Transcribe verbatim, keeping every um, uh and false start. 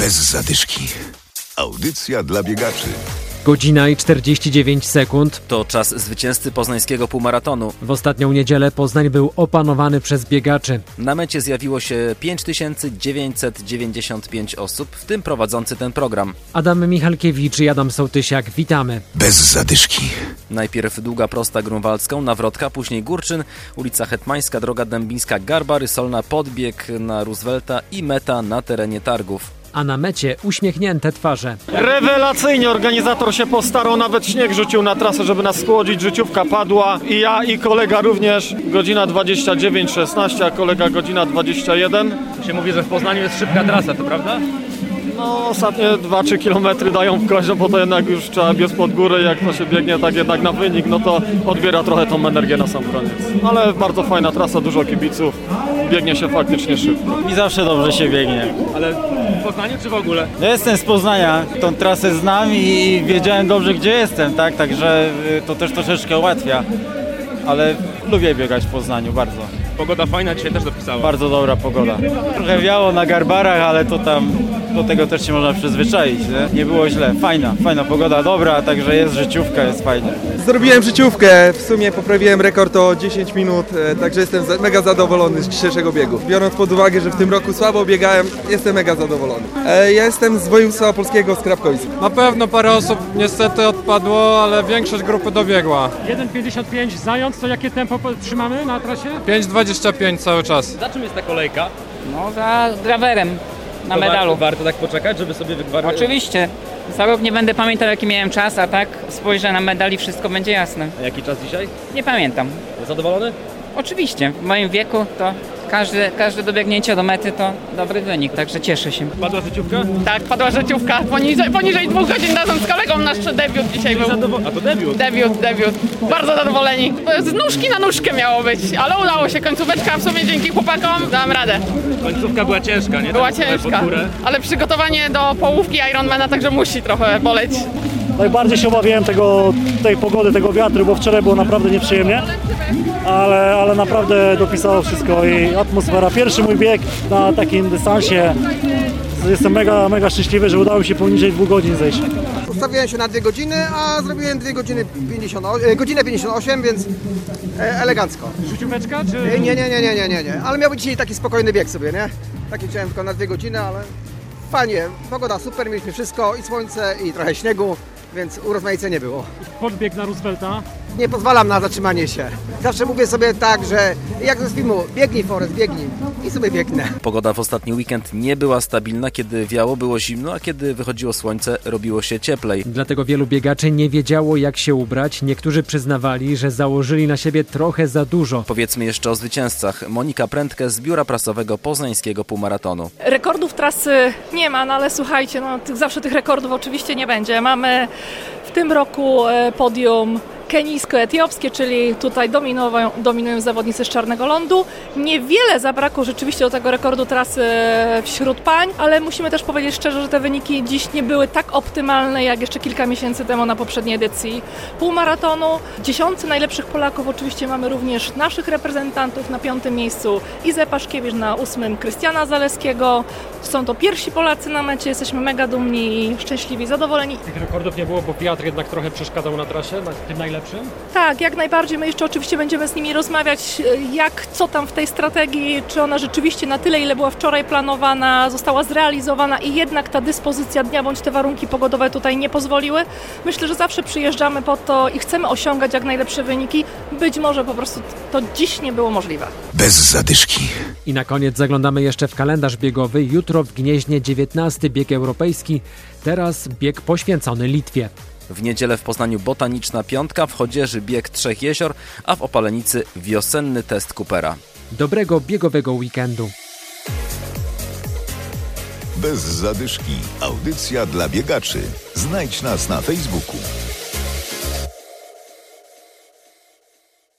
Bez zadyszki. Audycja dla biegaczy. Godzina i czterdzieści dziewięć sekund. To czas zwycięzcy poznańskiego półmaratonu. W ostatnią niedzielę Poznań był opanowany przez biegaczy. Na mecie zjawiło się pięć tysięcy dziewięćset dziewięćdziesiąt pięć osób, w tym prowadzący ten program. Adam Michalkiewicz i Adam Sołtysiak, witamy. Bez zadyszki. Najpierw długa prosta Grunwaldzką, Nawrotka, później Górczyn, ulica Hetmańska, droga Dębińska, Garba, Rysolna, podbieg na Roosevelta i meta na terenie targów. A na mecie uśmiechnięte twarze. Rewelacyjnie organizator się postarał, nawet śnieg rzucił na trasę, żeby nas schłodzić, życiówka padła i ja i kolega również, godzina dwadzieścia dziewięć szesnaście, a kolega godzina dwadzieścia jeden. Się mówi, że w Poznaniu jest szybka trasa, to prawda? No ostatnie dwa trzy kilometry dają w kość, bo to jednak już trzeba biec pod górę, jak to się biegnie tak jednak na wynik, no to odbiera trochę tą energię na sam koniec. Ale bardzo fajna trasa, dużo kibiców, biegnie się faktycznie szybko. Mi zawsze dobrze się biegnie. Ale w Poznaniu czy w ogóle? Ja jestem z Poznania, tą trasę znam i wiedziałem dobrze, gdzie jestem, tak? Także to też troszeczkę ułatwia. Ale lubię biegać w Poznaniu bardzo. Pogoda fajna, dzisiaj też dopisała. Bardzo dobra pogoda. Trochę wiało na Garbarach, ale to tam do tego też się można przyzwyczaić, nie? Nie było źle. Fajna, fajna pogoda, dobra, także jest życiówka, jest fajnie. Zrobiłem życiówkę, w sumie poprawiłem rekord o dziesięć minut, także jestem mega zadowolony z dzisiejszego biegu. Biorąc pod uwagę, że w tym roku słabo biegałem, jestem mega zadowolony. Ja jestem z województwa opolskiego, z Krapkowic. Na pewno parę osób niestety odpadło, ale większość grupy dobiegła. jeden pięćdziesiąt pięć zając, to jakie tempo trzymamy na trasie? pięć dwadzieścia pięć cały czas. Za czym jest ta kolejka? No za grawerem na To medalu. Warto, warto tak poczekać, żeby sobie wygwarować? Oczywiście. Za rok nie będę pamiętał, jaki miałem czas, a tak spojrzę na medal i wszystko będzie jasne. A jaki czas dzisiaj? Nie pamiętam. Zadowolony? Oczywiście. W moim wieku to każde, każde dobiegnięcie do mety to dobry wynik, także cieszę się. Padła życiówka? Tak, padła życiówka. Poniżej, poniżej dwóch godzin razem z kolegą nasz debiut dzisiaj był. Zadowo- A to debiut? Debiut, debiut. Bardzo zadowoleni. Z nóżki na nóżkę miało być, ale udało się. Końcóweczka w sumie dzięki chłopakom dałam radę. Końcówka była ciężka, nie? Była Tak, ciężka, pod górę. ale przygotowanie do połówki Ironmana także musi trochę boleć. Najbardziej się obawiałem tego, tej pogody, tego wiatru, bo wczoraj było naprawdę nieprzyjemnie, ale, ale naprawdę dopisało wszystko i atmosfera. Pierwszy mój bieg na takim dystansie. Jestem mega, mega szczęśliwy, że udało mi się poniżej dwóch godzin zejść. Ustawiłem się na dwie godziny, a zrobiłem dwie godziny pięćdziesiąt osiem, godzinę pięćdziesiąt osiem, więc elegancko. Życióweczka czy... Nie, nie, nie, nie, nie, nie, nie, ale miał być dzisiaj taki spokojny bieg sobie, nie? Taki chciałem tylko na dwie godziny, ale fajnie, pogoda super, mieliśmy wszystko, i słońce, i trochę śniegu, więc urozmaicenie było. Podbieg na Roosevelta. Nie pozwalam na zatrzymanie się. Zawsze mówię sobie tak, że jak z filmu, biegnij Forest, biegnij i sobie biegnę. Pogoda w ostatni weekend nie była stabilna, kiedy wiało, było zimno, a kiedy wychodziło słońce, robiło się cieplej. Dlatego wielu biegaczy nie wiedziało, jak się ubrać. Niektórzy przyznawali, że założyli na siebie trochę za dużo. Powiedzmy jeszcze o zwycięzcach. Monika Prędkę z biura prasowego poznańskiego półmaratonu. Rekordów trasy nie ma, no ale słuchajcie, no, tych, zawsze tych rekordów oczywiście nie będzie. Mamy w tym roku podium kenijsko-etiopskie, czyli tutaj dominują, dominują zawodnicy z Czarnego Lądu. Niewiele zabrakło rzeczywiście do tego rekordu trasy wśród pań, ale musimy też powiedzieć szczerze, że te wyniki dziś nie były tak optymalne jak jeszcze kilka miesięcy temu na poprzedniej edycji półmaratonu. W dziesiątce najlepszych Polaków oczywiście mamy również naszych reprezentantów. Na piątym miejscu Izę Paszkiewicz, na ósmym Krystiana Zaleskiego. Są to pierwsi Polacy na mecie, jesteśmy mega dumni i szczęśliwi, zadowoleni. Tych rekordów nie było, bo wiatr jednak trochę przeszkadzał na trasie, na tym najlepszym. Tak, jak najbardziej. My jeszcze oczywiście będziemy z nimi rozmawiać, jak, co tam w tej strategii, czy ona rzeczywiście na tyle, ile była wczoraj planowana, została zrealizowana i jednak ta dyspozycja dnia bądź te warunki pogodowe tutaj nie pozwoliły. Myślę, że zawsze przyjeżdżamy po to i chcemy osiągać jak najlepsze wyniki. Być może po prostu to dziś nie było możliwe. Bez zadyszki. I na koniec zaglądamy jeszcze w kalendarz biegowy. Jutro w Gnieźnie dziewiętnasty bieg europejski, teraz bieg poświęcony Litwie. W niedzielę w Poznaniu botaniczna piątka, w Chodzieży bieg Trzech Jezior, a w Opalenicy wiosenny test Coopera. Dobrego biegowego weekendu. Bez zadyszki. Audycja dla biegaczy. Znajdź nas na Facebooku.